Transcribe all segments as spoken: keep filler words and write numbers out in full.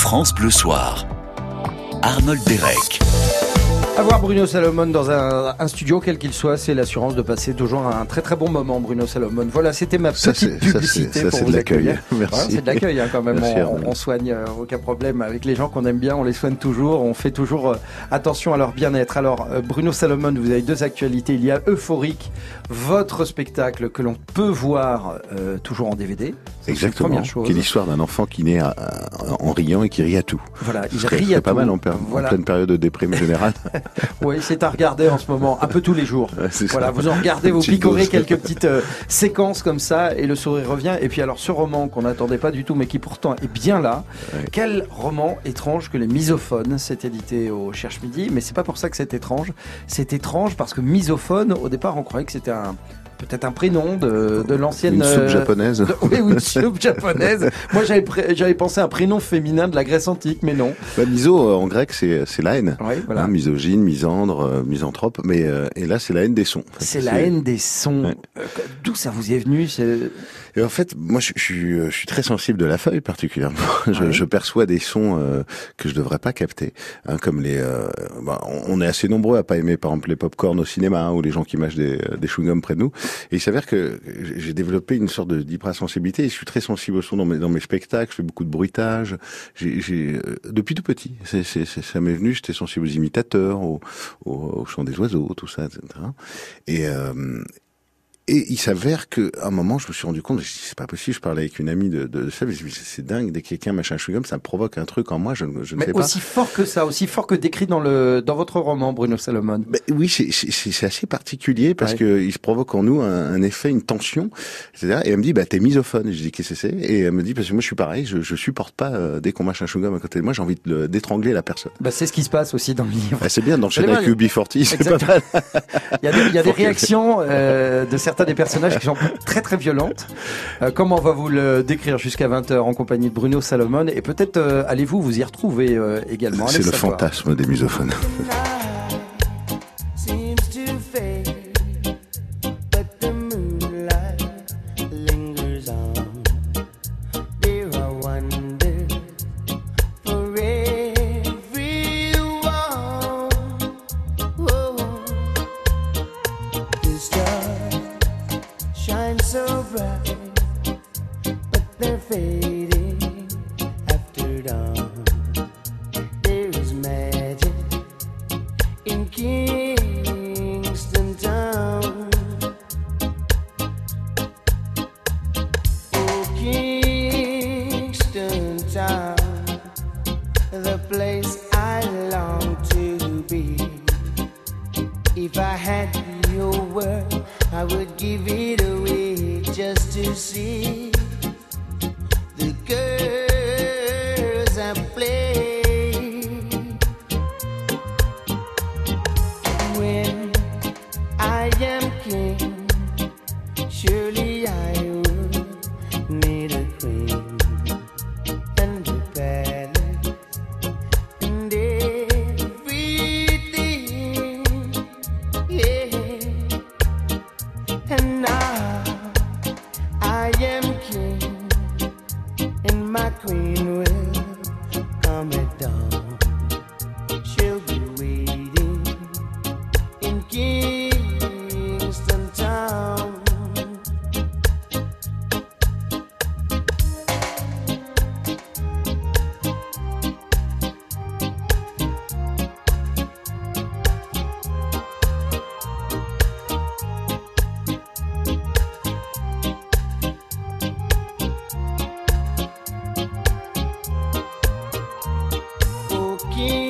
France Bleu Soir. Arnold Derek. Avoir Bruno Salomon dans un, un studio, quel qu'il soit, c'est l'assurance de passer toujours un très très bon moment, Bruno Salomon. Voilà, c'était ma petite ça, publicité ça, ça, pour vous accueillir. Merci. Voilà, c'est de l'accueil hein, quand même. Merci, on, on soigne, euh, aucun problème avec les gens qu'on aime bien, on les soigne toujours, on fait toujours euh, attention à leur bien-être. Alors, euh, Bruno Salomon, vous avez deux actualités. Il y a Euphorique, votre spectacle que l'on peut voir euh, toujours en D V D. C'est Exactement. Qui est l'histoire d'un enfant qui naît à, à, en riant et qui rit à tout. Voilà, il serait, rit à pas tout. mal en, per- voilà. en pleine période de déprime générale. Oui, c'est à regarder en ce moment, un peu tous les jours. Ouais, voilà, ça. vous en regardez, vous Petite picorez dose. quelques petites euh, séquences comme ça et le sourire revient. Et puis alors ce roman qu'on n'attendait pas du tout mais qui pourtant est bien là. Ouais. Quel roman étrange que les Misophones, c'est édité au Cherche Midi, mais c'est pas pour ça que c'est étrange. C'est étrange parce que Misophone, au départ on croyait que c'était un... peut-être un prénom de, de l'ancienne... Une soupe euh, japonaise. de- oui, ou une soupe japonaise. Moi j'avais, pré- j'avais pensé à un prénom féminin de la Grèce antique, mais non. Bah, miso, euh, en grec, c'est, c'est la haine. Oui, voilà. Hein, misogyne, misandre, euh, misanthrope. Mais, euh, et là, c'est la haine des sons. En fait, C'est la haine des sons. Ouais. Euh, D'où ça vous est venu c'est... Et en fait, moi, je, je, suis, je suis très sensible de la feuille particulièrement. Je, Ouais. je perçois des sons euh, que je devrais pas capter, hein, comme les. Euh, bah, on on est assez nombreux à pas aimer, par exemple, les pop-corn au cinéma hein, ou les gens qui mâchent des, des chewing-gums près de nous. Et il s'avère que j'ai développé une sorte de d'hypersensibilité. Et je suis très sensible au son dans mes, dans mes spectacles. Je fais beaucoup de bruitage. J'ai, j'ai euh, depuis tout petit, c'est, c'est, c'est, ça m'est venu. J'étais sensible aux imitateurs, au, au, au chant des oiseaux, tout ça, et cetera. Et euh, Et il s'avère qu'à un moment, je me suis rendu compte, je me suis dit, c'est pas possible, je parlais avec une amie de, de, de ça, je me suis dit, c'est dingue, dès que quelqu'un mâche un chewing-gum, ça me provoque un truc en moi, je, ne- je ne Mais sais pas. aussi fort que ça, aussi fort que décrit dans le dans votre roman, Bruno Salomon. Ben oui, c'est, c'est, c'est assez particulier parce Ouais. que il se provoque en nous un, un effet, une tension, et cetera. Et elle me dit, bah t'es misophone. Et je dis, qu'est-ce que c'est? Et elle me dit, parce que moi je suis pareil, je, je supporte pas euh, dès qu'on mâche un chewing-gum à côté de moi, j'ai envie de le- d'étrangler la personne. Bah, c'est ce qui se passe aussi dans le livre. Ah, c'est bien d'enchaîner Allez, avec U B quarante, c'est pas Exactement. mal. Il y a des, il y a des Faut que- réactions euh, de certains des personnages qui sont très très violentes. Euh, comment on va vous le décrire jusqu'à vingt heures en compagnie de Bruno Salomon et peut-être euh, allez-vous vous y retrouver euh, également. Allez C'est le savoir. fantasme des misophones. Seems to fade, but the moonlight lingers on. There I wonder for everyone. Oh, the stars shine so bright, but they're fading after dawn. There is magic in Kingston Town. Oh, Kingston Town, the place I long to be. If I had your word, I would give it away just to see the girls I play. When I am king, surely I would need a queen and a palace and everything, yeah. And now I am king, and my queen will come at dawn. She'll be waiting in Kingston Town. Oh,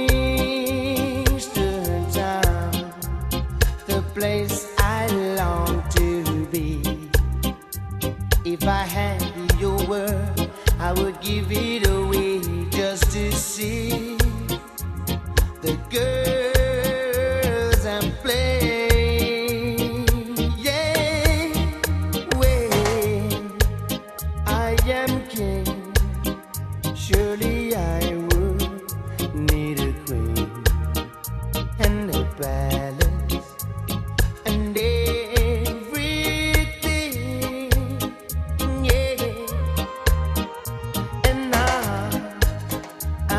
Kingston Town, the place I long to be. If I had your word, I would give it away just to see the girls I'm playing. Yeah, when I am king, surely I would need a queen and a palace and everything, yeah. And now I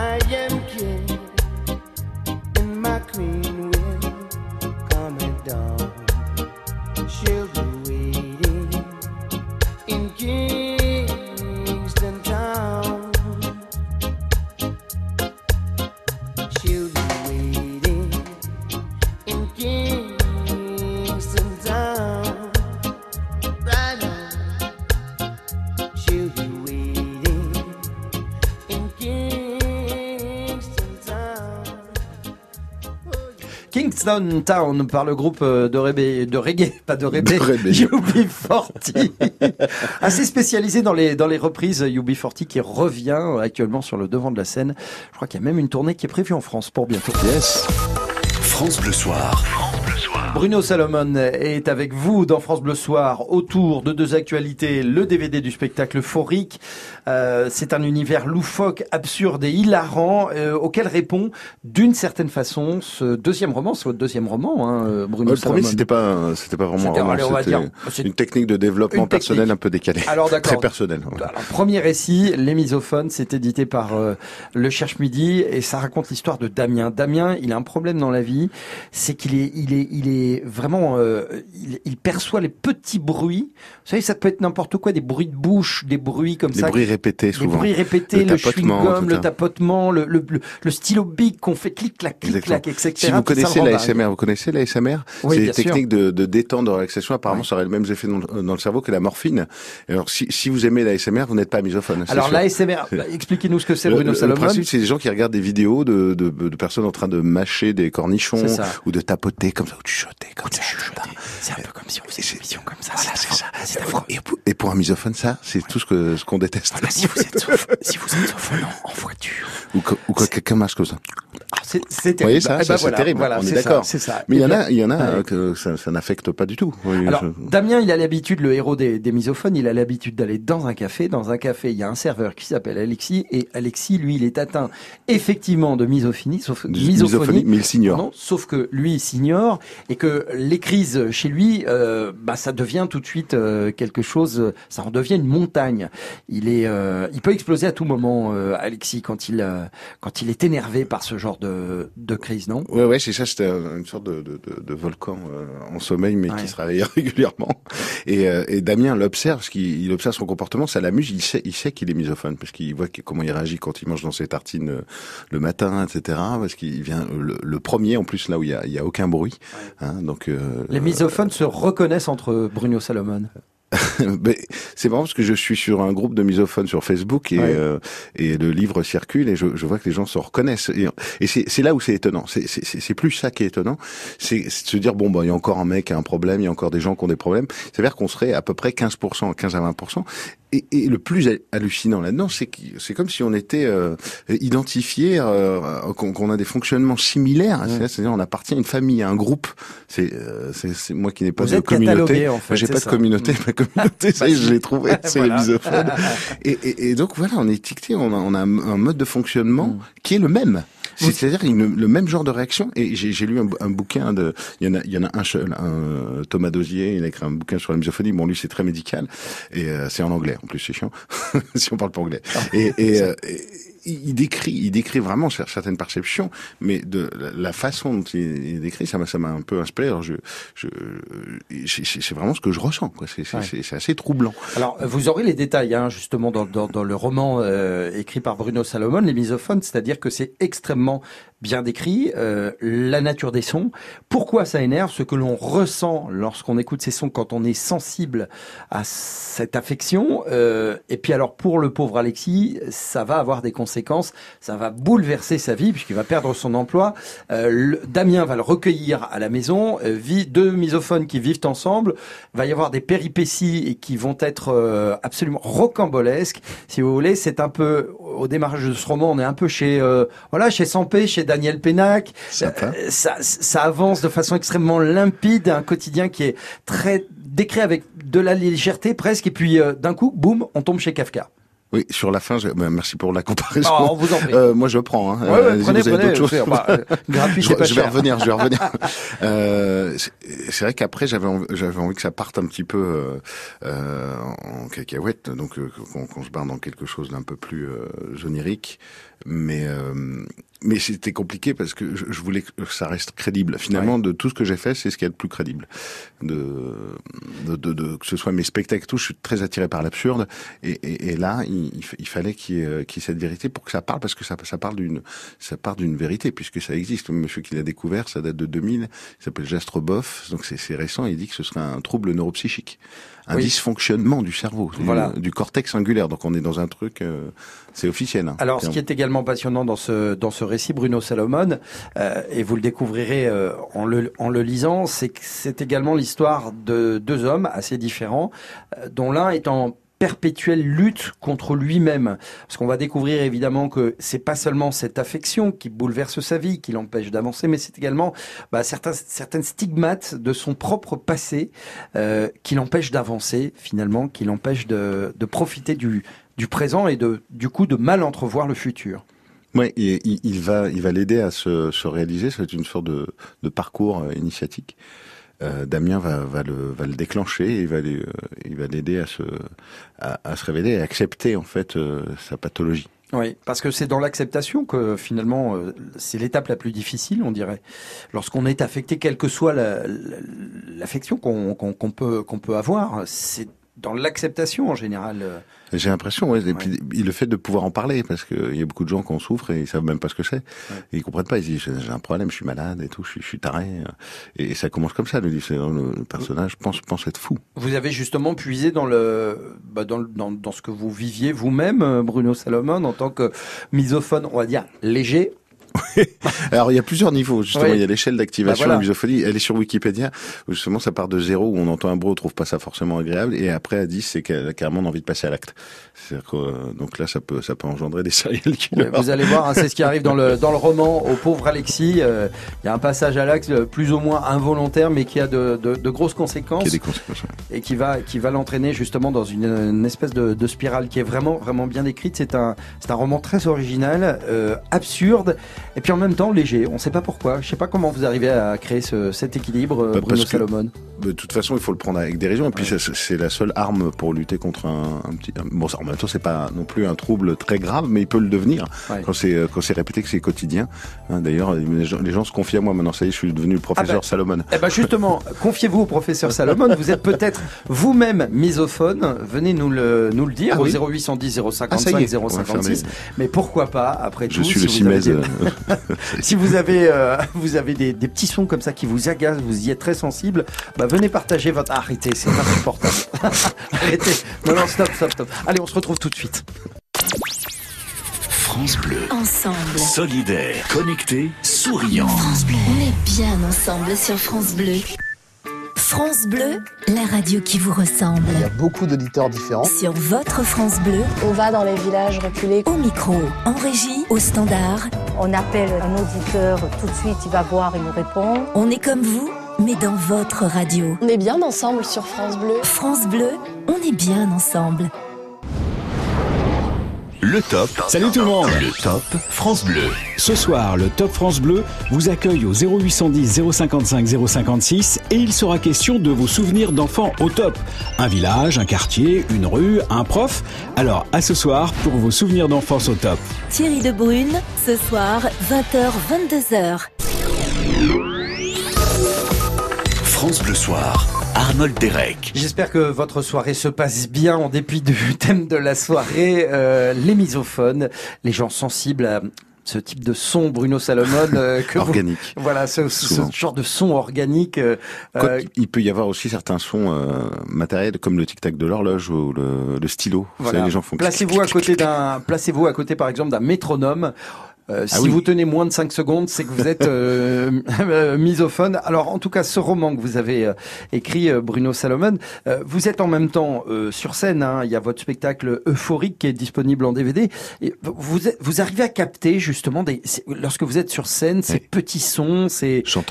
she'll be waiting in Kingston Town. Right now, she'll be waiting in Kingston Town. Kingston Town par le groupe de reggae, de reggae, pas de reggae, De rébellion. U B quarante. Assez spécialisé dans les, dans les reprises, U B quarante qui revient actuellement sur le devant de la scène. Je crois qu'il y a même une tournée qui est prévue en France pour bientôt. Yes. France Bleu Soir. Bruno Salomon est avec vous dans France Bleu Soir autour de deux actualités. Le D V D du spectacle Euphorique. Euh, c'est un univers loufoque, absurde et hilarant euh, auquel répond d'une certaine façon ce deuxième roman. C'est votre deuxième roman, hein, Bruno Le Salomon. premier, c'était pas, un- c'était pas vraiment un C'était- roman, allez, on va c'était dire, c'est une technique de développement une personnel technique. un peu décalée. Alors d'accord. Très personnel. ouais. Alors, premier récit, Les Misophones, c'est édité par euh, Le Cherche Midi et ça raconte l'histoire de Damien. Damien, il a un problème dans la vie, c'est qu'il est, il est, il est vraiment, euh, il, il perçoit les petits bruits. Vous savez, ça peut être n'importe quoi, des bruits de bouche, des bruits comme Les ça. bruits répétés, Les souvent. bruits répétés, Le le, tapotement, chewing-gum, tout le ça. tapotement, le, le, le, le stylo bic qu'on fait clic-clac, clic-clac, et cetera. Si vous Tout ça connaissez le rend la S M R, vous connaissez la S M R? Oui, C'est bien des techniques de, de détente, de relaxation. Apparemment, Oui. ça aurait le même effet dans, le- dans le cerveau que la morphine. Alors, si, si vous aimez la S M R, vous n'êtes pas misophone. c'est Alors sûr. la S M R, bah, expliquez-nous ce que c'est Le, Bruno le- le Salomon. principe, c'est des gens qui regardent des vidéos de, de, de personnes en train de mâcher des cornichons C'est ça. ou de tapoter comme ça, ou de chuchoter comme ça. C'est un peu comme si on faisait une émission comme ça. Voilà, c'est ça. C'est affreux. Et pour, et pour un misophone, ça, c'est tout ce que ce qu'on déteste. Voilà, si vous êtes sauf, si vous êtes sauf en, en voiture. Ou, que- ou quoi, quelqu'un mâche comme ça. Ah, c'est, c'est terrible. Vous voyez ça, Eh ben ça, c'est voilà, terrible. voilà, On est c'est d'accord. ça, c'est ça. Mais il y Et en bien- a, il y en a Ouais. euh, que ça, ça n'affecte pas du tout. Oui, Alors, je- Damien, il a l'habitude, le héros des, des misophones, il a l'habitude d'aller dans un café. Dans un café, il y a un serveur qui s'appelle Alexis. Et Alexis, lui, il est atteint effectivement de misophonie, sauf de misophonie. mais il s'ignore. Non, sauf que lui, il s'ignore et que les crises chez lui, euh, bah, ça devient tout de suite euh, quelque chose, ça en devient une montagne. Il est, euh, il peut exploser à tout moment, euh, Alexis, quand il, euh, quand il est énervé par ce genre de, de crise, non? Ouais, ouais, c'est ça, c'était une sorte de, de, de, de volcan euh, en sommeil, mais Ouais. qui se réveillait régulièrement. Et, euh, et Damien l'observe, parce qu'il il observe son comportement, ça l'amuse, il sait, il sait qu'il est misophone, parce qu'il voit que- comment il réagit quand il mange dans ses tartines euh, le matin, et cetera. Parce qu'il vient le, le premier, en plus, là où il y a, il y a aucun bruit. Hein, donc euh, Les misophones se reconnaissent entre Bruno Salomon. Ben, c'est marrant parce que je suis sur un groupe de misophones sur Facebook et, Ouais. euh, et le livre circule et je, je vois que les gens se reconnaissent. Et, et c'est, c'est là où c'est étonnant. C'est, c'est, c'est plus ça qui est étonnant. C'est, c'est de se dire, bon, bah, il y a encore un mec qui a un problème, il y a encore des gens qui ont des problèmes. Ça veut dire qu'on serait à peu près quinze pour cent, quinze à vingt pour cent. Et, et le plus hallucinant là-dedans, c'est que c'est comme si on était euh, identifié, euh, qu'on, qu'on a des fonctionnements similaires. Ouais. C'est, c'est-à-dire, on appartient à une famille, à un groupe. C'est, euh, c'est, c'est moi qui n'ai pas Vous de êtes communauté. catalogué, en fait, Moi, j'ai c'est pas ça. de communauté. Ma communauté, ça y est, je l'ai trouvé. C'est Voilà. les misophones. Et, et, et donc voilà, on est étiqueté, on a, on a un, un mode de fonctionnement Mm. qui est le même. C'est- C'est-à-dire une- le même genre de réaction. Et j'ai, j'ai lu un, un bouquin de, il y en a, il y en a un seul, un, Thomas Dosier, il a écrit un bouquin sur la misophonie. Bon, lui, c'est très médical et euh, c'est en anglais. En plus, c'est chiant si on parle pas anglais. Et, et, euh, et il décrit, il décrit vraiment certaines perceptions, mais de la, la façon dont il, il décrit, ça m'a, ça m'a un peu inspiré. Alors je, je, c'est, c'est vraiment ce que je ressens. Quoi. C'est, c'est, Ouais. c'est, c'est assez troublant. Alors, vous aurez les détails, hein, justement, dans, dans, dans le roman euh, écrit par Bruno Salomon, Les Misophones, c'est-à-dire que c'est extrêmement bien décrit, euh, la nature des sons, pourquoi ça énerve, ce que l'on ressent lorsqu'on écoute ces sons, quand on est sensible à cette affection, euh, et puis alors pour le pauvre Alexis, ça va avoir des conséquences, ça va bouleverser sa vie, puisqu'il va perdre son emploi, euh, le, Damien va le recueillir à la maison, euh, vit, deux misophones qui vivent ensemble, va y avoir des péripéties qui vont être euh, absolument rocambolesques, si vous voulez, c'est un peu, au démarrage de ce roman, on est un peu chez, euh, voilà, chez Sampé, chez Daniel Pénac, Sympa. euh, ça, ça avance de façon extrêmement limpide, un quotidien qui est très décrit avec de la légèreté presque, et puis euh, d'un coup, boum, on tombe chez Kafka. Oui, sur la fin, je... bah, merci pour la comparaison. Oh, on vous en prie. Euh, moi, je prends. Hein. Ouais, ouais, Euh, prenez, vous avez prenez, d'autres choses. c'est- bah, euh, gratuit, je, c'est pas je vais cher. revenir, je vais revenir. euh, c'est, c'est vrai qu'après, j'avais envie, j'avais envie que ça parte un petit peu euh, euh, en cacahuète, donc euh, qu'on, qu'on se barre dans quelque chose d'un peu plus euh, onirique. Mais euh, mais c'était compliqué parce que je, je voulais que ça reste crédible. Finalement, ouais. de tout ce que j'ai fait, c'est ce qu'il y a de plus crédible. De, de, de, de que ce soit mes spectacles, tout, je suis très attiré par l'absurde. Et, et, et là, il, il fallait qu'il y ait, qu'il y ait cette vérité pour que ça parle, parce que ça, ça parle d'une, ça part d'une vérité, puisque ça existe. Le monsieur qui l'a découvert, ça date de deux mille. Il s'appelle Jastroboff, donc c'est, c'est récent. Il dit que ce serait un trouble neuropsychique, un oui. dysfonctionnement du cerveau, voilà. du, du cortex singulaire. Donc on est dans un truc, euh, c'est officiel. Hein, Alors, ce qui est également passionnant dans ce dans ce récit, Bruno Salomon, euh, et vous le découvrirez euh, en le en le lisant, c'est que c'est également l'histoire de deux hommes assez différents, euh, dont l'un est en perpétuelle lutte contre lui-même. Parce qu'on va découvrir évidemment que c'est pas seulement cette affection qui bouleverse sa vie, qui l'empêche d'avancer, mais c'est également bah, certains, certaines stigmates de son propre passé euh, qui l'empêchent d'avancer finalement, qui l'empêchent de, de profiter du, du présent et de, du coup de mal entrevoir le futur. Ouais, il, il, il va, il va l'aider à se, se réaliser. C'est une sorte de, de parcours euh, initiatique. Euh, Damien va, va le, va le déclencher et il va, les, euh, il va l'aider à se, à, à se révéler et à accepter en fait euh, sa pathologie. Oui, parce que c'est dans l'acceptation que finalement euh, c'est l'étape la plus difficile, on dirait. Lorsqu'on est affecté, quelle que soit la, la, l'affection qu'on, qu'on, qu'on peut, qu'on peut avoir, c'est dans l'acceptation en général. J'ai l'impression, ouais. Et puis ouais. le fait de pouvoir en parler, parce qu'il y a beaucoup de gens qui en souffrent et ils savent même pas ce que c'est. Ouais. Et ils comprennent pas. Ils disent j'ai un problème, je suis malade et tout, je suis, je suis taré. Et ça commence comme ça. Le, le personnage pense pense être fou. Vous avez justement puisé dans le bah dans, dans dans ce que vous viviez vous-même, Bruno Salomon, en tant que misophone, on va dire léger. Alors il y a plusieurs niveaux justement, oui. il y a l'échelle d'activation bah, voilà. de la misophonie, elle est sur Wikipédia où justement ça part de zéro où on entend un bruit, on trouve pas ça forcément agréable, et après à dix c'est carrément on a envie de passer à l'acte. C'est-à-dire que, euh, donc là ça peut ça peut engendrer des serial killers. Vous allez voir, hein, c'est ce qui arrive dans le dans le roman au pauvre Alexis. Euh, il y a un passage à l'acte plus ou moins involontaire mais qui a de, de, de grosses conséquences, qui a des conséquences ouais. et qui va qui va l'entraîner justement dans une, une espèce de, de spirale qui est vraiment vraiment bien décrite. C'est un c'est un roman très original, euh, absurde et puis en même temps léger. On ne sait pas pourquoi. Je ne sais pas comment vous arrivez à créer ce, cet équilibre, bah, Bruno Salomon. De toute façon, il faut le prendre avec dérision. Et puis, ouais. c'est, c'est la seule arme pour lutter contre un, un petit. Un, bon, en même temps, c'est pas non plus un trouble très grave, mais il peut le devenir ouais. quand c'est quand c'est répété, que c'est quotidien. Hein, d'ailleurs, les gens, les gens se confient à moi maintenant. Ça y est, je suis devenu le professeur ah bah, Salomon. Eh ben justement, confiez-vous au professeur Salomon. Vous êtes peut-être vous-même misophone. Venez nous le nous le dire ah, au oui. zéro huit cent dix zéro cinquante-cinq ah, zéro cinquante-six. Mais pourquoi pas après je tout? Je suis si le cimèse. Si vous avez, euh, vous avez des, des petits sons comme ça qui vous agacent, vous y êtes très sensible, bah venez partager votre... Ah, arrêtez, c'est insupportable. Arrêtez. Non, non, stop, stop, stop. Allez, on se retrouve tout de suite. France Bleu. Ensemble. Solidaire. Connecté. Souriant. France Bleu. On est bien ensemble sur France Bleu. France Bleu, la radio qui vous ressemble. Il y a beaucoup d'auditeurs différents. Sur votre France Bleu. On va dans les villages reculés. Au micro, en régie, au standard. On appelle un auditeur, tout de suite il va voir, il nous répond. On est comme vous, mais dans votre radio. On est bien ensemble sur France Bleu. France Bleu, on est bien ensemble. Le top. Salut tout le monde. Le top France Bleu. Ce soir, le top France Bleu vous accueille au zéro huit cent dix zéro cinquante-cinq zéro cinquante-six et il sera question de vos souvenirs d'enfants au top. Un village, un quartier, une rue, un prof. Alors, à ce soir pour vos souvenirs d'enfance au top. Thierry de Brune, ce soir, vingt heures vingt-deux heures. France Bleu Soir. Arnold Derek. J'espère que votre soirée se passe bien en dépit du thème de la soirée, euh, les misophones, les gens sensibles à ce type de son, Bruno Salomon, euh, que organique. Vous, voilà, ce, ce genre de son organique. Euh, Quoi, il peut y avoir aussi certains sons euh, matériels comme le tic-tac de l'horloge ou le, le stylo. Voilà. Vous savez, les gens font. Placez-vous à côté d'un, placez-vous à côté par exemple d'un métronome. Euh, ah si oui. vous tenez moins de cinq secondes, c'est que vous êtes euh, euh, misophone. Alors, en tout cas, ce roman que vous avez euh, écrit, euh, Bruno Salomon, euh, vous êtes en même temps euh, sur scène. Hein, il y a votre spectacle Euphorique qui est disponible en D V D. Et vous, vous arrivez à capter justement des, lorsque vous êtes sur scène, ces oui. petits sons, ces... J'entends tout.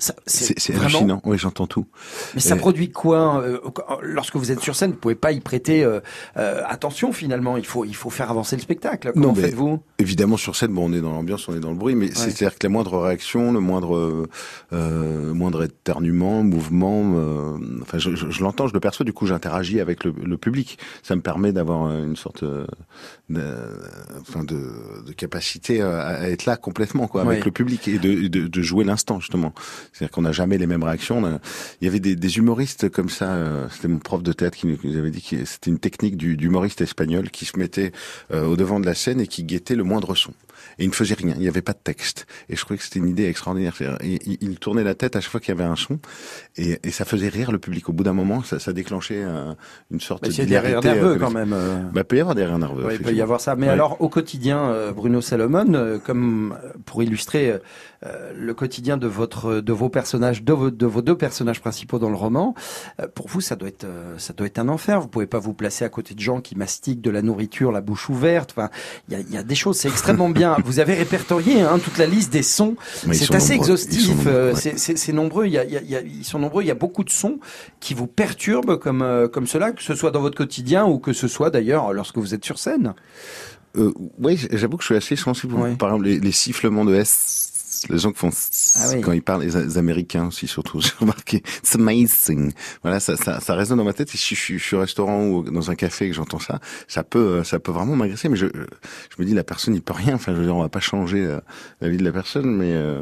Ça, C'est, c'est vraiment... hallucinant. Oui, j'entends tout. Mais ça Et... produit quoi euh, lorsque vous êtes sur scène? Vous pouvez pas y prêter euh, euh, attention finalement. Il faut, il faut faire avancer le spectacle. Comment non, faites-vous? Évidemment, sur scène, bon, on est dans l'ambiance, on est dans le bruit, mais ouais. c'est-à-dire que la moindre réaction, le moindre, euh, moindre éternuement, mouvement, euh, enfin, je, je, je l'entends, je le perçois. Du coup, j'interagis avec le, le public. Ça me permet d'avoir une sorte euh, de, enfin, de, de capacité à, à être là complètement, quoi, avec ouais. le public et de, de, de jouer l'instant justement. C'est-à-dire qu'on n'a jamais les mêmes réactions. A... Il y avait des, des humoristes comme ça. Euh, c'était mon prof de théâtre qui nous avait dit que c'était une technique du, d'humoriste espagnol qui se mettait euh, au devant de la scène et qui guettait le moindre son. Et il ne faisait rien. Il n'y avait pas de texte. Et je trouvais que c'était une idée extraordinaire. Il, il, il tournait la tête à chaque fois qu'il y avait un son, et, et ça faisait rire le public. Au bout d'un moment, ça, ça déclenchait euh, une sorte de d'hilarité. Il y a des rires nerveux quand même. Euh... Bah, il peut y avoir des rires nerveux. Ouais, il peut y avoir ça. Mais ouais. alors, au quotidien, euh, Bruno Salomon, euh, comme pour illustrer euh, le quotidien de votre, de vos personnages, de vos, de vos deux personnages principaux dans le roman, euh, pour vous, ça doit être, euh, ça doit être un enfer. Vous pouvez pas vous placer à côté de gens qui mastiquent de la nourriture, la bouche ouverte. Enfin, il y a, il y a des choses. C'est extrêmement bien. Vous avez répertorié hein, toute la liste des sons. Mais c'est assez nombreux. exhaustif. Nombreux, euh, ouais. c'est, c'est, c'est nombreux. Il y a, il y a, il y a, ils sont nombreux. Il y a beaucoup de sons qui vous perturbent comme, euh, comme cela, que ce soit dans votre quotidien ou que ce soit d'ailleurs lorsque vous êtes sur scène. Euh, oui, j'avoue que je suis assez sensible. Ouais. Par exemple, les, les sifflements de S. Les gens qui font ah oui. quand ils parlent, les, les Américains aussi surtout, j'ai remarqué, it's amazing. Voilà, ça, ça, ça résonne dans ma tête. Et si je, je, je suis au restaurant ou dans un café et que j'entends ça, ça peut, ça peut vraiment m'agresser. Mais je, je me dis, la personne, il peut rien. Enfin, je veux dire, on va pas changer la, la vie de la personne, mais euh,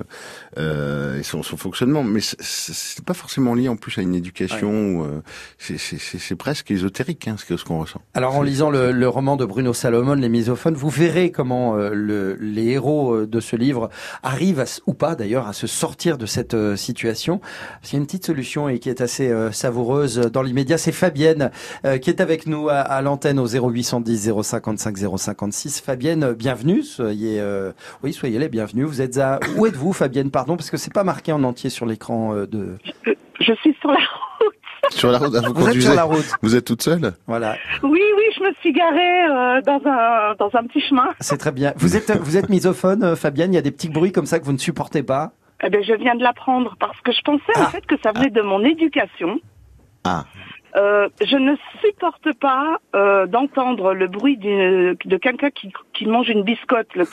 euh, et son, son fonctionnement. Mais c'est, c'est pas forcément lié en plus à une éducation. Ouais. Ou, euh, c'est, c'est, c'est, c'est presque ésotérique, hein, ce, ce qu'on ressent. Alors, en c'est, lisant le, le roman de Bruno Salomon, Les Misophones, vous verrez comment euh, le, les héros de ce livre arrivent à ou pas d'ailleurs, à se sortir de cette euh, situation. Il y a une petite solution et qui est assez euh, savoureuse dans l'immédiat, c'est Fabienne euh, qui est avec nous à, à l'antenne au zéro huit cent dix zéro cinquante-cinq zéro cinquante-six. Fabienne, bienvenue. Soyez, euh, oui, soyez les bienvenus. Vous êtes à où êtes-vous, Fabienne? Pardon, parce que c'est pas marqué en entier sur l'écran euh, de. Je, je suis sur la route. Sur la route, vous, vous êtes sur la route. Vous êtes toute seule? Voilà. Oui, oui, je me suis garée euh, dans un dans un petit chemin. C'est très bien. Vous êtes vous êtes misophone, Fabienne. Il y a des petits bruits comme ça que vous ne supportez pas? Eh ben, je viens de l'apprendre parce que je pensais ah. en fait que ça venait ah. de mon éducation. Ah. Euh, je ne supporte pas euh, d'entendre le bruit de, de quelqu'un qui qui mange une biscotte. Le...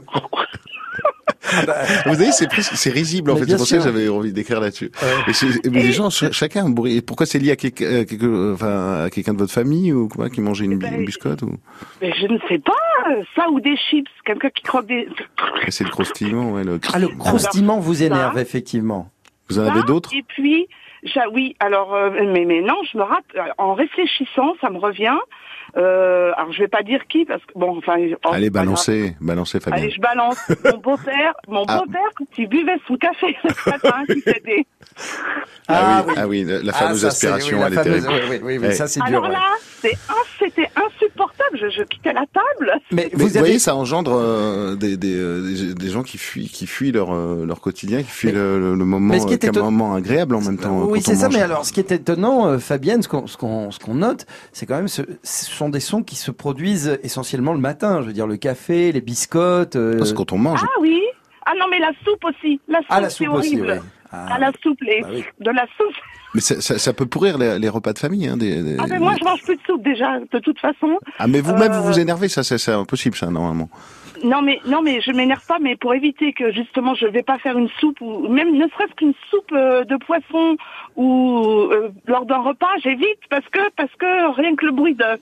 Ah bah, vous voyez, c'est presque, c'est risible en mais fait. C'est pour ça que j'avais envie d'écrire là-dessus. Ouais. Et c'est, mais et les gens, ch- chacun, bruit. Pourquoi c'est lié à, quelque, à, quelque, enfin, à quelqu'un de votre famille ou quoi, qui mangeait une, ben, une biscotte ou... Mais je ne sais pas. Ça ou des chips, quelqu'un qui croque des. Et c'est le croustillement, ouais. Le... Ah, le croustillement vous énerve ça. Effectivement. Vous en avez ça, d'autres? Et puis, oui. Alors, euh, mais mais non, je me rappelle. En réfléchissant, ça me revient. Euh, alors je vais pas dire qui parce que bon enfin oh, allez balancer balancer Fabien. Allez je balance mon beau-père mon ah. beau-père quand il buvait son café le matin qui s'aidait. Ah, ah oui ah oui la, la fameuse ah, aspiration oui, elle est terrible. Oui oui oui, oui ouais. ça c'est alors dur. Alors là ouais. c'est c'était insupportable je, je quittais la table. Mais, Mais vous, vous avez... voyez ça engendre euh, des, des, des des gens qui fuient qui fuient leur euh, leur quotidien qui fuient mais, le, le, le moment euh, éton... moment agréable en même temps. Oui c'est ça mange. Mais alors ce qui est étonnant euh, Fabienne ce qu'on ce qu'on ce qu'on note c'est quand même ce, ce sont des sons qui se produisent essentiellement le matin, je veux dire le café, les biscottes. Euh... Parce que quand on mange. Ah oui. Ah non mais la soupe aussi. La soupe, ah la soupe c'est aussi. horrible. Oui. Ah, ah la soupe, les... bah oui. de la soupe. Mais ça, ça, ça peut pourrir les, les repas de famille, hein. Des, des... Ah mais moi je mange plus de soupe déjà, de toute façon. Ah mais vous-même euh... vous vous énervez, ça c'est, c'est impossible ça normalement. Non mais non mais je m'énerve pas, mais pour éviter que justement je vais pas faire une soupe ou même ne serait-ce qu'une soupe euh, de poisson ou euh, lors d'un repas, j'évite parce que parce que rien que le bruit de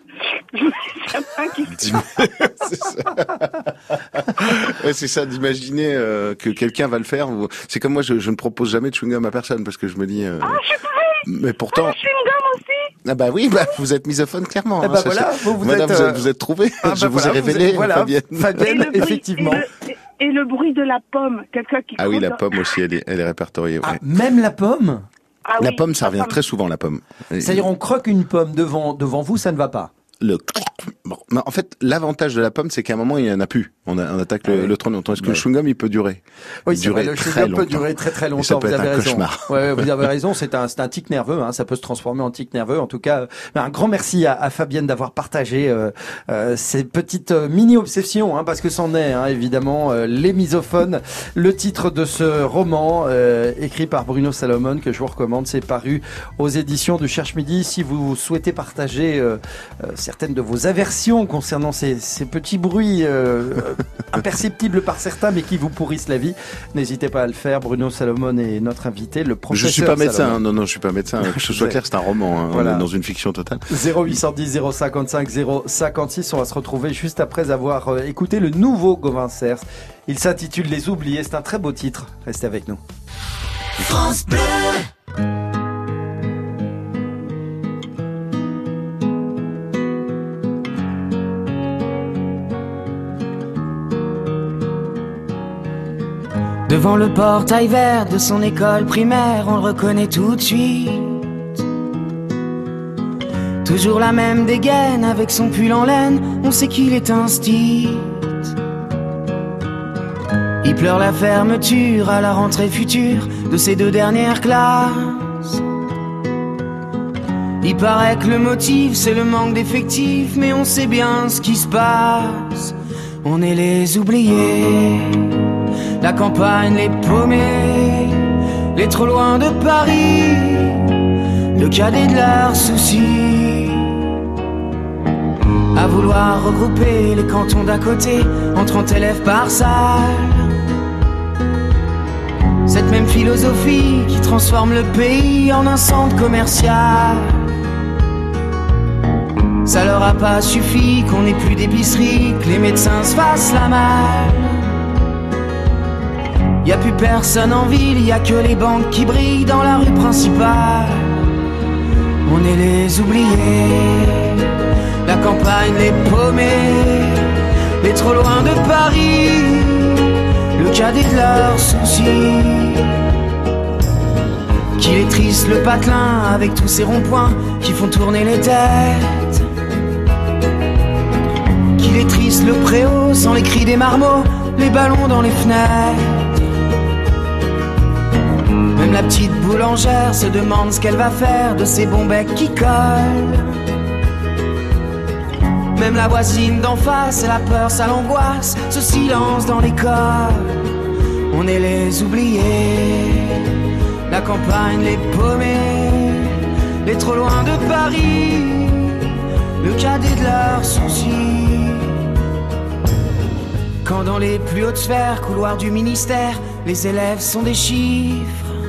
c'est ça. Ouais, c'est ça d'imaginer euh, que quelqu'un va le faire. C'est comme moi, je, je ne propose jamais de chewing-gum à personne parce que je me dis. Euh... Ah je suis pareil. Mais pourtant. Ah, chewing-gum aussi. Ah bah oui, bah vous êtes misophone clairement. Ah bah hein, voilà, vous, vous Madame, êtes, vous êtes, vous êtes trouvée. Ah bah je voilà, vous ai révélé, êtes, voilà, Fabienne. Fabienne, et effectivement. Bruit, et, le, et le bruit de la pomme, quelqu'un qui. Ah oui, la pomme aussi, elle est, elle est répertoriée. Ah, ouais. Même la pomme. Ah la oui, pomme, ça la revient pomme. très souvent, la pomme. C'est-à-dire, on croque une pomme devant devant vous, ça ne va pas. Le bon, en fait, l'avantage de la pomme, c'est qu'à un moment, il n'y en a plus. On, a, on attaque le, ah oui. le trop longtemps. Est-ce que ouais. le chewing-gum, il peut durer? Oui, il c'est vrai, le chewing-gum peut durer très très longtemps. Et ça peut vous être avez un raison. cauchemar. Ouais, vous avez raison. C'est un, c'est un tic nerveux. Hein. Ça peut se transformer en tic nerveux. En tout cas, un grand merci à, à Fabienne d'avoir partagé euh, euh, ces petites euh, mini-obsessions, hein, parce que c'en est, hein, évidemment, euh, Les Misophones. Le titre de ce roman, euh, écrit par Bruno Salomon, que je vous recommande, c'est paru aux éditions du Cherche Midi. Si vous souhaitez partager euh, euh, certaines de vos aversions concernant ces, ces petits bruits euh, imperceptibles par certains, mais qui vous pourrissent la vie, n'hésitez pas à le faire. Bruno Salomon est notre invité, le professeur Je suis pas médecin, Salomon. hein. non, non, je suis pas médecin. Que ce soit clair, c'est un roman. Hein. Voilà. On est dans une fiction totale. zéro huit cent dix zéro cinquante-cinq zéro cinquante-six. On va se retrouver juste après avoir euh, écouté le nouveau Gauvin Cers. Il s'intitule Les Oubliés. C'est un très beau titre. Restez avec nous. France Bleu. Devant le portail vert de son école primaire, on le reconnaît tout de suite. Toujours la même dégaine avec son pull en laine, on sait qu'il est un stit. Il pleure la fermeture à la rentrée future de ses deux dernières classes. Il paraît que le motif c'est le manque d'effectifs, mais on sait bien ce qui se passe. On est les oubliés, la campagne, les paumés, les trop loin de Paris, le cadet de leurs soucis. À vouloir regrouper les cantons d'à côté en trente élèves par salle. Cette même philosophie qui transforme le pays en un centre commercial. Ça leur a pas suffi qu'on ait plus d'épicerie, que les médecins se fassent la malle. Y a plus personne en ville, y a que les banques qui brillent dans la rue principale. On est les oubliés, la campagne, les paumés, les trop loin de Paris, le cadet de leurs soucis. Qu'il est triste le patelin avec tous ces ronds-points qui font tourner les têtes. Qu'il est triste le préau sans les cris des marmots, les ballons dans les fenêtres. Même la petite boulangère se demande ce qu'elle va faire de ces bons becs qui collent. Même la voisine d'en face, la peur, ça l'angoisse, ce silence dans l'école. On est les oubliés, la campagne, les paumés, les trop loin de Paris, le cadet de leurs soucis. Quand dans les plus hautes sphères, couloirs du ministère, les élèves sont des chiffres.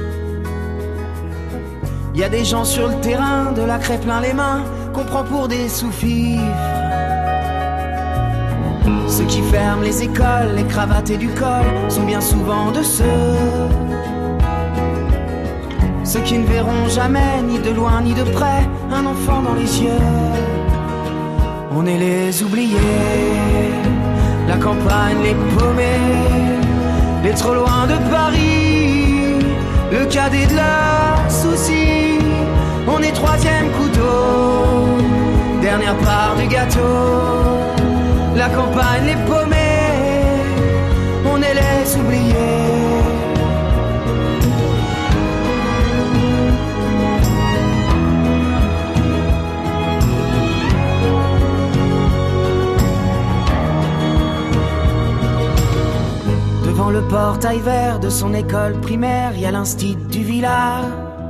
Y a des gens sur le terrain, de la craie plein les mains, qu'on prend pour des sous-fifres. Ceux qui ferment les écoles, les cravates et du col, sont bien souvent de ceux. Ceux qui ne verront jamais, ni de loin ni de près, un enfant dans les yeux. On est les oubliés, la campagne, les paumés, les trop loin de Paris, le cadet de leurs soucis. On est troisième couteau, dernière part du gâteau. La campagne, les paumés, on est les oubliés. Devant le portail vert de son école primaire, y a l'instit du village.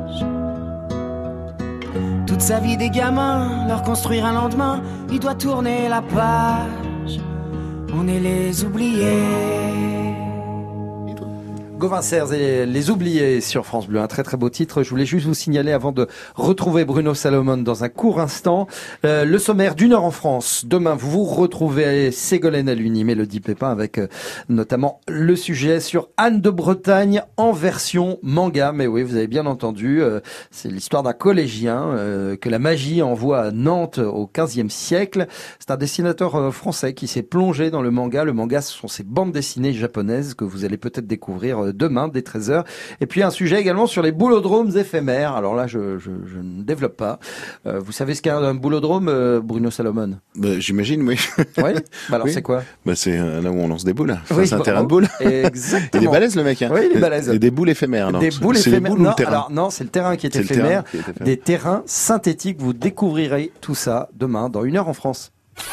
Toute sa vie des gamins, leur construire un lendemain, il doit tourner la page. On est les oubliés. Gauvin Cers et Les Oubliés sur France Bleu. Un très très beau titre. Je voulais juste vous signaler avant de retrouver Bruno Salomon dans un court instant. Euh, le sommaire d'une heure en France. Demain, vous vous retrouvez Ségolène Aluni, Mélodie Pépin avec euh, notamment le sujet sur Anne de Bretagne en version manga. Mais oui, vous avez bien entendu. Euh, c'est l'histoire d'un collégien euh, que la magie envoie à Nantes au quinzième siècle. C'est un dessinateur euh, français qui s'est plongé dans le manga. Le manga, ce sont ces bandes dessinées japonaises que vous allez peut-être découvrir euh, demain dès treize heures. Et puis un sujet également sur les boulodromes éphémères. Alors là, je, je, je ne développe pas. Euh, vous savez ce qu'est un boulodrome, euh, Bruno Salomon? Bah, j'imagine, oui. Oui. Bah alors oui. c'est quoi? Bah c'est euh, là où on lance des boules. Enfin, Oui, c'est un bravo. terrain de boules. Exactement. Il est balèze le mec. Hein. Oui, il est balèze. Et des boules éphémères. Non. Des boules c'est éphémères. Les boules ou non, le terrain alors non, c'est le terrain qui est C'est le éphémère. terrain qui est éphémère. Des terrains synthétiques. Vous découvrirez tout ça demain dans une heure en France.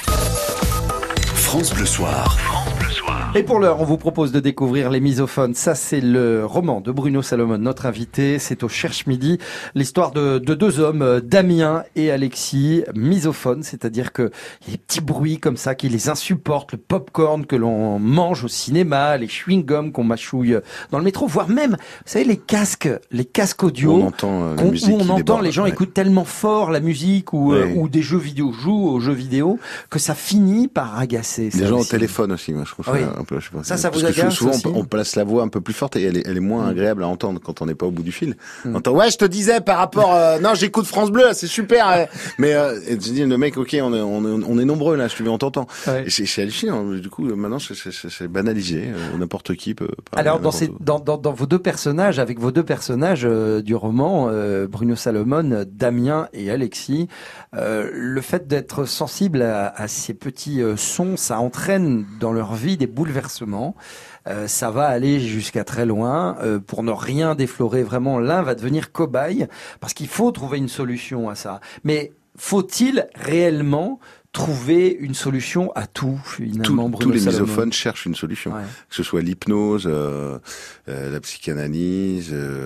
France Bleu Soir. Et pour l'heure, on vous propose de découvrir Les Misophones. Ça, c'est le roman de Bruno Salomon, notre invité. C'est au Cherche Midi. L'histoire de, de deux hommes, Damien et Alexis, misophones, c'est-à-dire que les petits bruits comme ça qui les insupportent, le popcorn que l'on mange au cinéma, les chewing-gums qu'on mâchouille dans le métro, voire même, vous savez, les casques, les casques audio. On entend euh, la qu'on- musique où on qui entend déborde, les gens ouais. écoutent tellement fort la musique ou, euh, Ouais. ou des jeux vidéo, jouent aux jeux vidéo, que ça finit par agacer. Les ça gens au aussi. téléphone aussi, moi je trouve ça Oui. un peu. Je sais pas, Ça, ça parce vous que agace souvent aussi on, on place la voix un peu plus forte et elle est, elle est moins Mm. agréable à entendre quand on n'est pas au bout du fil. Mm. On entend ouais, je te disais par rapport, euh, non, j'écoute France Bleu, c'est super. euh. Mais euh, et tu dis le mec, ok, on est, on est, on est nombreux là, je te on t'entend. Ouais. Et c'est, c'est hallucinant. Du coup, maintenant c'est, c'est, c'est- c'est banalisé. euh, N'importe qui peut. parler Alors à dans, n'importe ces, où. dans, dans, dans vos deux personnages, avec vos deux personnages euh, du roman, euh, Bruno Salomon, euh, Damien et Alexis, euh, le fait d'être sensible à, à ces petits euh, sons, ça entraîne dans leur vie des bouleversements. Euh, ça va aller jusqu'à très loin. Euh, pour ne rien déflorer, vraiment, l'un va devenir cobaye parce qu'il faut trouver une solution à ça. Mais faut-il réellement trouver une solution à tout, finalement, Tous- Bruno tous les Salomon? misophones cherchent une solution, Ouais. que ce soit l'hypnose, euh, euh, la psychanalyse,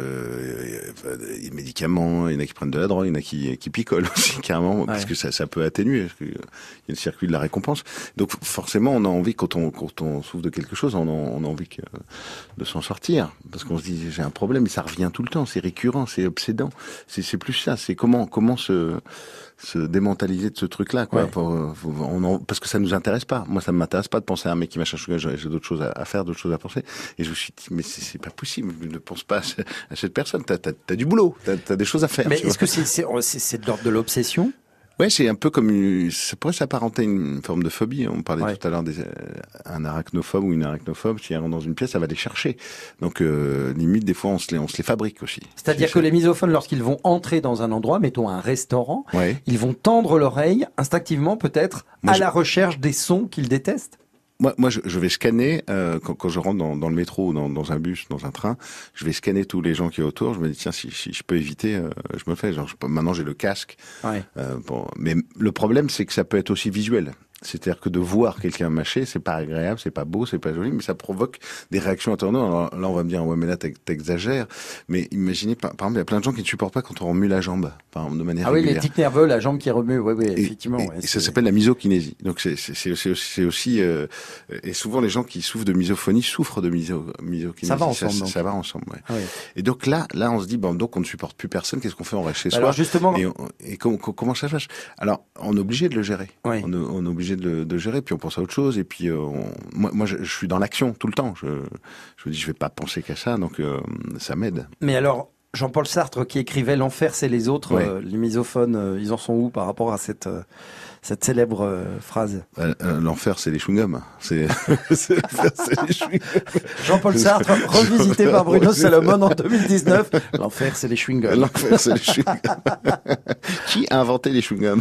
euh, euh, les médicaments. Il y en a qui prennent de la drogue, il y en a qui, qui picolent aussi carrément, parce Ouais. que ça, ça peut atténuer. Parce que, euh, il y a le circuit de la récompense. Donc forcément, on a envie quand on quand on souffre de quelque chose, on a, on a envie que, de s'en sortir, parce qu'on se dit j'ai un problème, et ça revient tout le temps, c'est récurrent, c'est obsédant. C'est c'est plus ça, c'est comment comment se se démentaliser de ce truc-là, quoi. Ouais. Pour, euh, faut- on en- parce que ça nous intéresse pas. Moi, ça ne m'intéresse pas de penser à un mec qui machin. J'ai j'ai d'autres choses à, à faire, d'autres choses à penser. Et je me suis dit, mais c'est c'est pas possible. Ne pense pas à, ce- à cette personne. T'as as, du boulot. T'as as des choses à faire. Mais tu est-ce vois. que c'est c'est c'est- c'est de l'ordre de l'obsession? Ouais, c'est un peu comme une, ça pourrait s'apparenter à une forme de phobie. On parlait Ouais. tout à l'heure des, euh, un arachnophobe ou une arachnophobe qui rentre dans une pièce, ça va les chercher. Donc, euh, limite, des fois, on se les, on se les fabrique aussi. C'est-à-dire C'est- que les misophones, lorsqu'ils vont entrer dans un endroit, mettons un restaurant, Ouais. ils vont tendre l'oreille instinctivement peut-être Moi, à je- la recherche des sons qu'ils détestent. Moi, moi, je, je vais scanner euh, quand, quand je rentre dans, dans le métro, ou dans, dans un bus, dans un train. Je vais scanner tous les gens qui sont autour. Je me dis tiens, si, si je peux éviter, euh, je me le fais. Genre, je peux- maintenant, j'ai le casque. Ouais. Euh, bon, mais le problème, c'est que ça peut être aussi visuel. C'est-à-dire que de voir quelqu'un mâcher, c'est pas agréable, c'est pas beau, c'est pas joli, mais ça provoque des réactions internes. Alors là, on va me dire, ouais, mais là, t'ex- t'exagères. Mais imaginez, par, par exemple, il y a plein de gens qui ne supportent pas quand on remue la jambe, par exemple, de manière Ah oui, les régulière. tics nerveux, la jambe qui remue, oui, oui, Et- effectivement. et, ouais, et c'est- ça s'appelle la misokinésie. Donc c'est c'est c'est aussi, c'est aussi euh, et souvent les gens qui souffrent de misophonie souffrent de miso, misokinésie. Ça va ensemble, Ça, donc. ça va ensemble. Ouais. Ah oui. Et donc là, là, on se dit bon, donc on ne supporte plus personne. Qu'est-ce qu'on fait? On reste chez Alors soi. justement, Et, on- et com- com- comment ça se passe? Alors, on est obligé de le gérer. Oui. On, est, on est obligé de le de gérer. Puis on pense à autre chose. Et puis euh, on- moi, moi, je, je suis dans l'action tout le temps. Je, je me dis, je vais pas penser qu'à ça. Donc euh, ça m'aide. mais alors, Jean-Paul Sartre qui écrivait L'enfer, c'est les autres, Ouais. euh, les misophones, euh, ils en sont où par rapport à cette, euh, cette célèbre euh, phrase? Euh, euh, L'enfer, c'est les chewing-gums. C'est c'est l'enfer, c'est les chewing-gums. Jean-Paul Sartre, revisité par Bruno Salomon en deux mille dix-neuf. L'enfer, c'est les chewing-gums. L'enfer, c'est les chewing-gums. Qui a inventé les chewing-gums?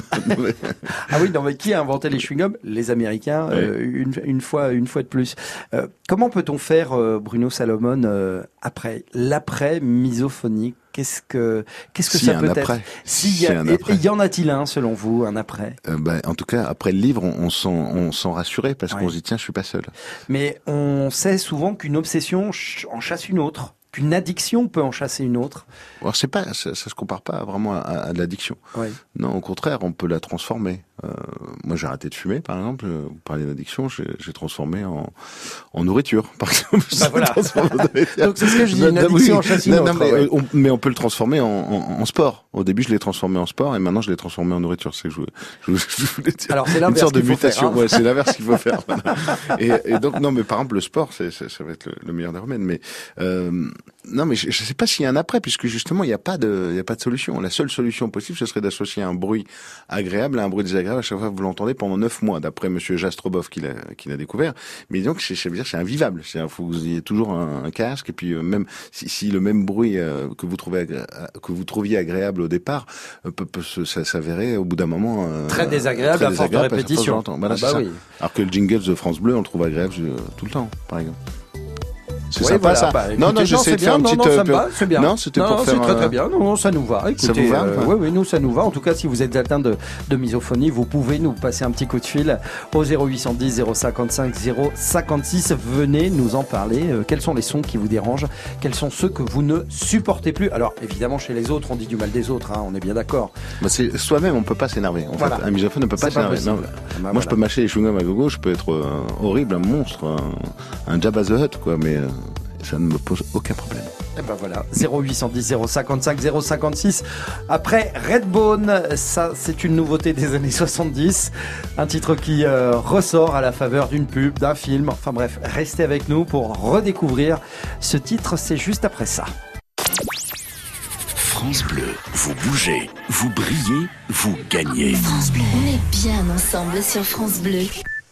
Ah oui, non mais qui a inventé les chewing-gums? Les Américains, Ouais. euh, une, une fois, une fois de plus. Euh, comment peut-on faire, euh, Bruno Salomon, euh, après l'après misophonie? Qu'est-ce que, qu'est-ce que S'il y ça a peut un être? après. S'il y S'il y a a, un et- après. et y en a-t-il un selon vous, un après? Euh, bah, en tout cas, après le livre, on, on sent, on sent rassuré parce Ouais. qu'on se dit tiens, je suis pas seul. Mais on sait souvent qu'une obsession ch- en chasse une autre, qu'une addiction peut en chasser une autre. Alors c'est pas, ça, ça se compare pas vraiment à, à de l'addiction. Ouais. Non, au contraire, on peut la transformer. Euh, moi, j'ai arrêté de fumer, par exemple. Vous parlez d'addiction, j'ai j'ai transformé en, en nourriture, par exemple. Bah voilà. Transformé en nourriture. Donc c'est ce que je dis, Non, une non, addiction oui. en chasse une Non, autre. non, mais, ouais. euh, on, mais on peut le transformer en, en, en sport. Au début, je l'ai transformé en sport, et maintenant, je l'ai transformé en nourriture. C'est que je, je, je voulais dire. Alors c'est Une l'inverse sorte de qu'il faut mutation. faire, hein. Ouais, c'est l'inverse qu'il faut faire. Voilà. Et, et donc, non, mais par exemple, le sport, c'est, c'est, ça va être le, le meilleur des remèdes. Mais euh, Non, mais je ne sais pas s'il y a un après, puisque justement, il n'y a pas de, il y a pas de solution. La seule solution possible, ce serait d'associer un bruit agréable à un bruit désagréable à chaque fois que vous l'entendez pendant neuf mois, d'après Monsieur Jastrobov qui l'a, qui l'a découvert. Mais donc, c'est, ça veut dire, c'est invivable. C'est, faut que vous ayez toujours un, un casque, et puis euh, même si, si le même bruit euh, que vous trouvez agré- que vous trouviez agréable au départ euh, peut, peut se, ça s'avérer au bout d'un moment euh, très désagréable très à force de désagréable répétition. Voilà, Ah c'est bah ça. oui. Alors que le jingle de France Bleu, on le trouve agréable euh, tout le temps, par exemple. C'est Oui, sympa voilà. ça. Bah, non, écoutez, non, j'essaie c'est de faire bien. une Non, petite. non, ça euh, me va, c'est bien. Non, c'était Non, pour non, faire. c'est très très un- bien. Non, non, ça nous va. Écoutez, Ça vous va, euh, quoi oui, oui, nous ça nous va. En tout cas, si vous êtes atteint de, de misophonie, vous pouvez nous passer un petit coup de fil au zéro huit cent dix zéro cinquante-cinq zéro cinquante-six. Venez nous en parler. Euh, quels sont les sons qui vous dérangent? Quels sont ceux que vous ne supportez plus? Alors, évidemment, chez les autres, on dit du mal des autres. Hein, on est bien d'accord. Bah, c'est soi-même, on peut pas s'énerver. En Voilà. fait, un misophone ne peut pas C'est pas s'énerver. possible. Non. Ah bah Moi, voilà. je peux mâcher les chewing-gums à gogo, je peux être euh, horrible, un monstre, un, un Jabba the Hutt, quoi, mais euh, ça ne me pose aucun problème. Et ben voilà, zéro huit cent dix zéro cinquante-cinq zéro cinquante-six. Après Redbone, ça c'est une nouveauté des années soixante-dix. Un titre qui euh, ressort à la faveur d'une pub, d'un film. Enfin bref, restez avec nous pour redécouvrir ce titre, c'est juste après ça. France Bleu, vous bougez, vous brillez, vous gagnez. France Bleu. On est bien ensemble sur France Bleu.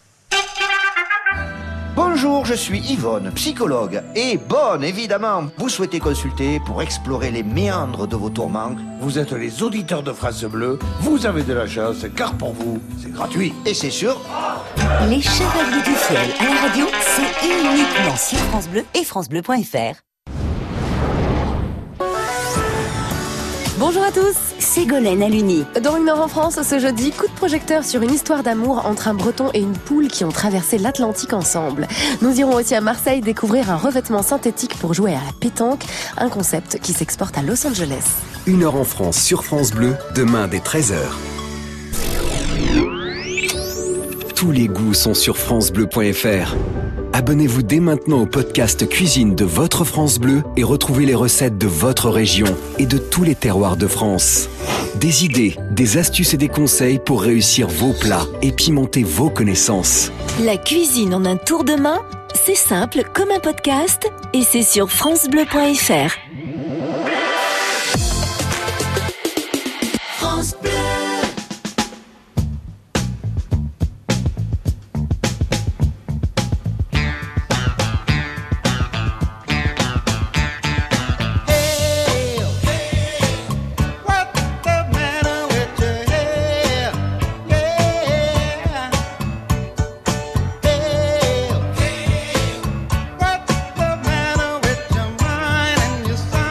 Bonjour, je suis Yvonne, psychologue. Et bonne, évidemment, vous souhaitez consulter pour explorer les méandres de vos tourments. Vous êtes les auditeurs de France Bleu, vous avez de la chance, car pour vous, c'est gratuit. Et c'est sûr. Les Chevaliers du Ciel à la radio, c'est uniquement sur France Bleu et francebleu point f r. Bonjour à tous, Ségolène Aluni. Dans Une heure en France, ce jeudi, coup de projecteur sur une histoire d'amour entre un Breton et une poule qui ont traversé l'Atlantique ensemble. Nous irons aussi à Marseille découvrir un revêtement synthétique pour jouer à la pétanque, un concept qui s'exporte à Los Angeles. Une heure en France sur France Bleu, demain dès treize heures. Tous les goûts sont sur francebleu point f r. Abonnez-vous dès maintenant au podcast Cuisine de votre France Bleu et retrouvez les recettes de votre région et de tous les terroirs de France. Des idées, des astuces et des conseils pour réussir vos plats et pimenter vos connaissances. La cuisine en un tour de main, c'est simple comme un podcast et c'est sur francebleu point f r. France Bleu. What's the matter with your mind and your soul?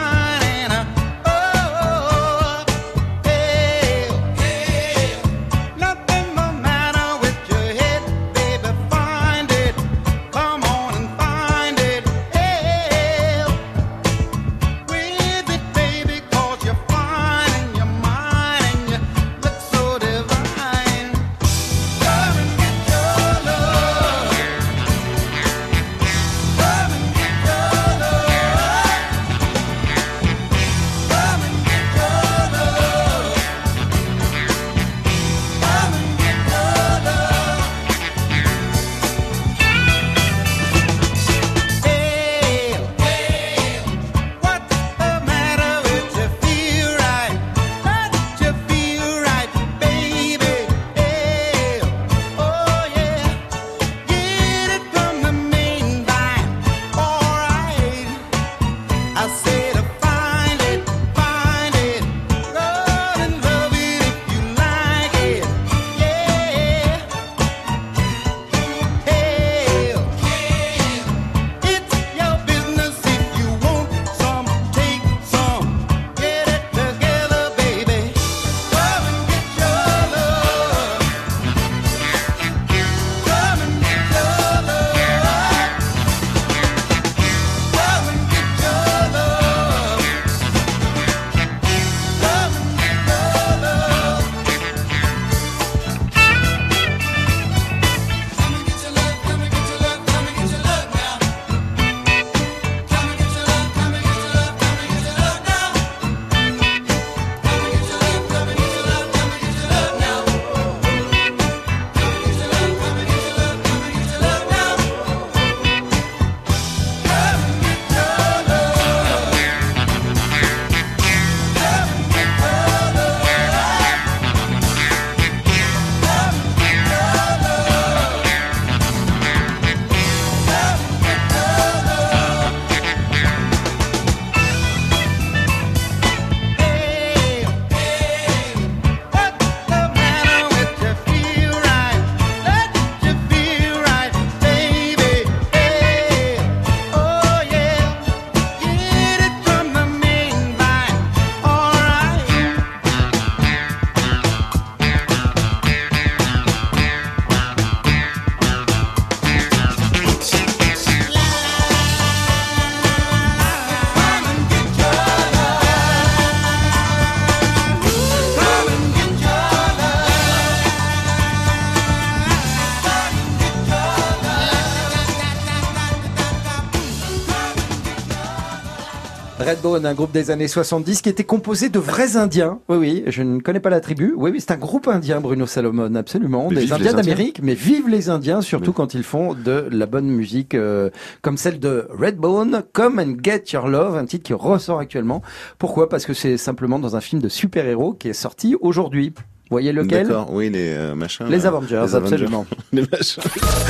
Redbone, un groupe des années soixante-dix qui était composé de vrais Indiens. Oui, oui, je ne connais pas la tribu. Oui, oui, c'est un groupe indien, Bruno Salomon, absolument. Mais des Indiens d'Amérique, mais vive les Indiens, surtout mais... quand ils font de la bonne musique euh, comme celle de Redbone, Come and Get Your Love, un titre qui ressort actuellement. Pourquoi ? Parce que c'est simplement dans un film de super-héros qui est sorti aujourd'hui. Vous voyez lequel ? D'accord, oui, les euh, machins. Les Avengers, les absolument. les machins.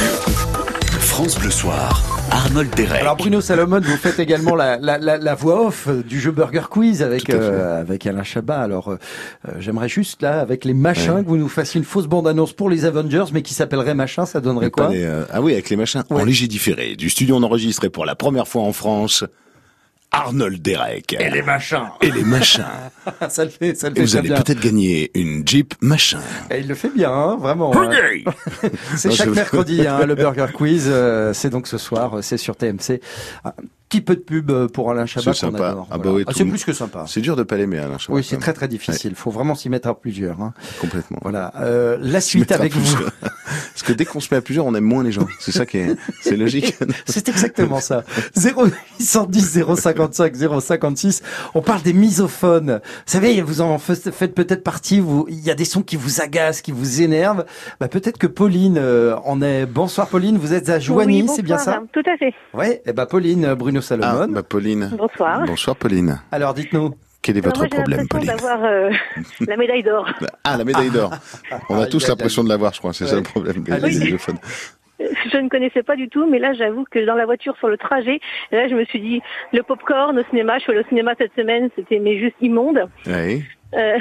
France Bleu Soir, Arnold Derek. Alors Bruno Salomon, vous faites également la, la, la, la voix off du jeu Burger Quiz avec euh, avec Alain Chabat. Alors euh, j'aimerais juste là, avec les machins, ouais. que vous nous fassiez une fausse bande-annonce pour les Avengers, mais qui s'appellerait machin, ça donnerait mais quoi les, euh... Ah oui, avec les machins. Ouais. En léger différé, du studio on enregistré pour la première fois en France. Arnold Derek. Et les machins. Et les machins. ça le fait, ça le fait. Et vous allez bien. peut-être gagner une Jeep machin. Et il le fait bien, hein, vraiment. Okay. c'est non, chaque je... mercredi, hein, le Burger Quiz. Euh, c'est donc ce soir, c'est sur T M C. Un petit peu de pub pour Alain Chabat. C'est sympa. Adore, ah voilà. bah oui, ah, c'est plus que sympa. C'est dur de pas l'aimer, Alain Chabat. Oui, c'est très très difficile. Il faut vraiment s'y mettre à plusieurs. Hein. Complètement. Voilà. Euh, la suite avec vous. Parce que dès qu'on se met à plusieurs, on aime moins les gens. C'est ça qui est, c'est logique. C'est exactement ça. zéro huit cent dix zéro cinquante-cinq zéro cinquante-six. On parle des misophones. Vous savez, vous en faites peut-être partie. Vous, il y a des sons qui vous agacent, qui vous énervent. Bah, peut-être que Pauline euh, en est. Bonsoir Pauline. Vous êtes à Joigny, oui, c'est bien ça? Tout à fait. Ouais. Et bah Pauline, Bruno Salomon. Ah, bah Pauline. Bonsoir. Bonsoir Pauline. Alors dites-nous. Quel est votre Alors, moi, problème, Pauline? D'avoir euh, la médaille d'or. Ah, la médaille d'or. On a ah, tous l'impression de l'avoir, je crois. C'est ouais. ça le problème. Ah, oui. Je ne connaissais pas du tout, mais là, j'avoue que dans la voiture, sur le trajet, là, je me suis dit, le popcorn au cinéma, je suis allée au cinéma cette semaine, c'était mais juste immonde. Oui. Euh,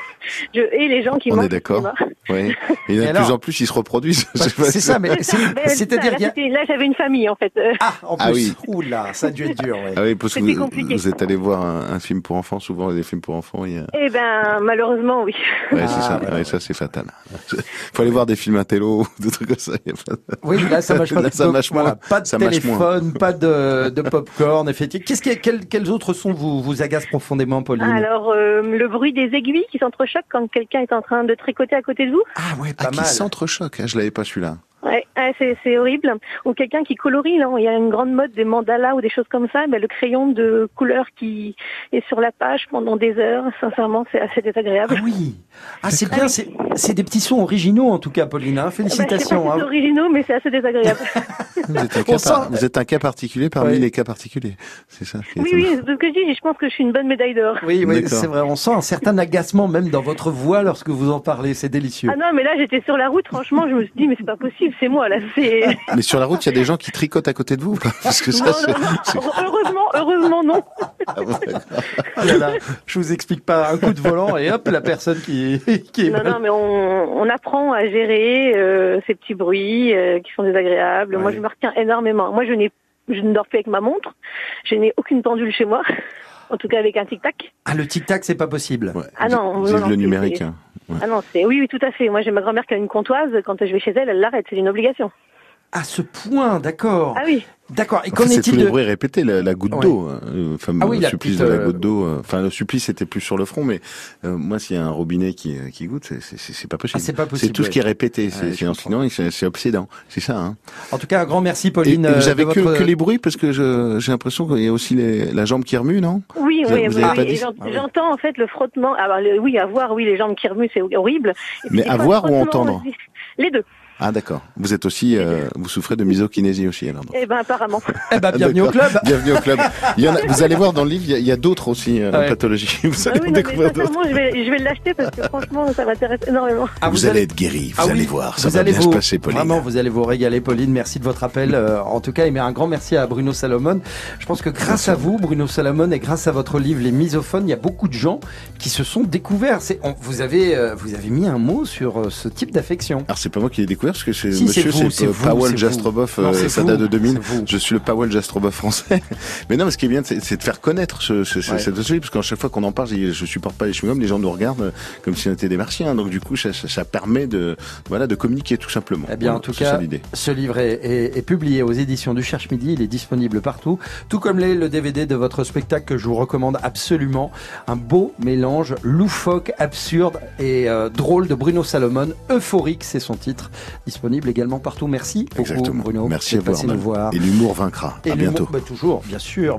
je hais les gens qui On mangent est d'accord. Oui. Et de alors, plus en plus, ils se reproduisent. Bah, c'est ça, mais c'est, ben, c'est-à-dire là, qu'il y a... là, j'avais une famille, en fait. Ah, en plus. Ah oui. Oula, ça a dû être dur, ouais. Ah oui, parce que C'était vous, compliqué. vous êtes allé voir un, un film pour enfants, souvent des films pour enfants. Il y a... Eh ben, malheureusement, oui. Ouais, ah, c'est ça. voilà. Ouais, ça, c'est fatal. Faut aller voir des films intello ou des trucs comme ça. Il y a pas... Oui, là, ça marche pas. Là, ça marche voilà, moins. pas de ça téléphone, pas de, de popcorn, effectivement. Qu'est-ce qui, quels, quels autres sons vous, vous agacent profondément, Pauline? Alors, euh, le bruit des aiguilles qui s'entrechoquent quand quelqu'un est en train de tricoter à côté de vous. Ah ouais, pas ah, mal. Qui s'entrechoquent, hein, je l'avais pas celui-là. Ouais, c'est, c'est horrible. Ou quelqu'un qui colorie, là, il y a une grande mode des mandalas ou des choses comme ça, mais le crayon de couleur qui est sur la page pendant des heures, sincèrement, c'est assez désagréable. Ah oui. Ah, c'est bien, c'est, c'est des petits sons originaux, en tout cas, Pauline, hein. Félicitations. Bah, c'est pas hein. originaux, mais c'est assez désagréable. Vous êtes un cas, par... vous êtes un cas particulier parmi ouais. les cas particuliers. C'est ça. Oui, oui, c'est ce que je dis, je pense que je suis une bonne médaille d'or. Oui, oui, c'est vrai. On sent un certain agacement même dans votre voix lorsque vous en parlez. C'est délicieux. Ah non, mais là, j'étais sur la route, franchement, je me suis dit, mais c'est pas possible, c'est moi, là, c'est... Mais sur la route, il y a des gens qui tricotent à côté de vous, parce que ça, non, c'est, non, non. c'est... Heureusement, heureusement, non. Ah bon, ah là là, je vous explique pas, un coup de volant et hop, la personne qui, qui est Non, mal. non, mais on, on apprend à gérer euh, ces petits bruits euh, qui sont désagréables. Ouais. Moi, je me retiens énormément. Moi, je n'ai, je ne dors plus avec ma montre. Je n'ai aucune pendule chez moi. En tout cas, avec un tic-tac. Ah, le tic-tac, c'est pas possible. Ouais. Ah non, vous non, avez non, le c'est, numérique. C'est... Hein. Ouais. Ah non, c'est oui, oui, tout à fait. Moi, j'ai ma grand-mère qui a une comptoise. Quand je vais chez elle, elle l'arrête. C'est une obligation. À ce point, d'accord. Ah oui. D'accord. Et en qu'en fait, est-il c'est tous de... les bruits répétés, la, la goutte ouais. d'eau, hein, le fameux ah oui, supplice petite, de la euh... goutte d'eau. Enfin, le supplice c'était plus sur le front, mais euh, moi, s'il y a un robinet qui, qui goûte, c'est, c'est, c'est pas possible. Ah, c'est pas possible. C'est tout ouais. ce qui est répété. C'est, ouais, c'est sinon, c'est, c'est obsédant. C'est ça. Hein. En tout cas, un grand merci, Pauline. Et, et vous avez que, votre... que les bruits, parce que je, j'ai l'impression qu'il y a aussi les, la jambe qui remue, non? Oui, vous, oui. vous oui, avez oui. pas dit... J'entends, ah, oui. j'entends en fait le frottement. Alors le, oui, à voir, oui, les jambes qui remuent, c'est horrible. Et mais à voir ou entendre? Aussi. Les deux. Ah d'accord. Vous êtes aussi, euh, vous souffrez de misokinésie aussi alors. Eh ben apparemment. Eh ben bienvenue au club. Bienvenue au club. Il y en a, vous allez voir dans le livre, il y a, il y a d'autres aussi euh, ouais. pathologies. Vous allez ah oui, en non, découvrir mais d'autres. Je vais, je vais l'acheter parce que franchement, ça m'intéresse énormément. Ah, vous, vous allez être guéri. Vous ah, allez oui. voir. Ça vous va allez bien vous, se passer, Pauline. Vraiment, vous allez vous régaler, Pauline. Merci de votre appel. Euh, en tout cas, et un grand merci à Bruno Salomon. Je pense que grâce merci. à vous, Bruno Salomon, et grâce à votre livre Les Misophones, il y a beaucoup de gens qui se sont découverts. C'est, on, vous avez, euh, vous avez mis un mot sur euh, ce type d'affection. Alors c'est pas moi qui l'ai découvert parce que c'est si, monsieur, c'est, vous, c'est, c'est Powell c'est Jastroboff, non, euh, ça vous, date de deux mille. C'est je suis le Powell Jastroboff français. Mais non, mais ce qui est bien, c'est, c'est de faire connaître ce, ce, ouais. cette société, parce qu'à chaque fois qu'on en parle, je, je supporte pas les chewing-gums, les gens nous regardent comme si on était des martiens. Donc du coup, ça, ça, ça permet de, voilà, de communiquer tout simplement. Eh bien, voilà, en tout cas, ce livre est, est, est publié aux éditions du Cherche Midi. Il est disponible partout, tout comme les, le D V D de votre spectacle que je vous recommande absolument. Un beau mélange loufoque, absurde et euh, drôle de Bruno Salomon. Euphorique, c'est son titre. Disponible également partout. Merci beaucoup, Exactement. Bruno. Merci à vous. Nous voir. Et l'humour vaincra. Et à bientôt. Bah, toujours, bien sûr.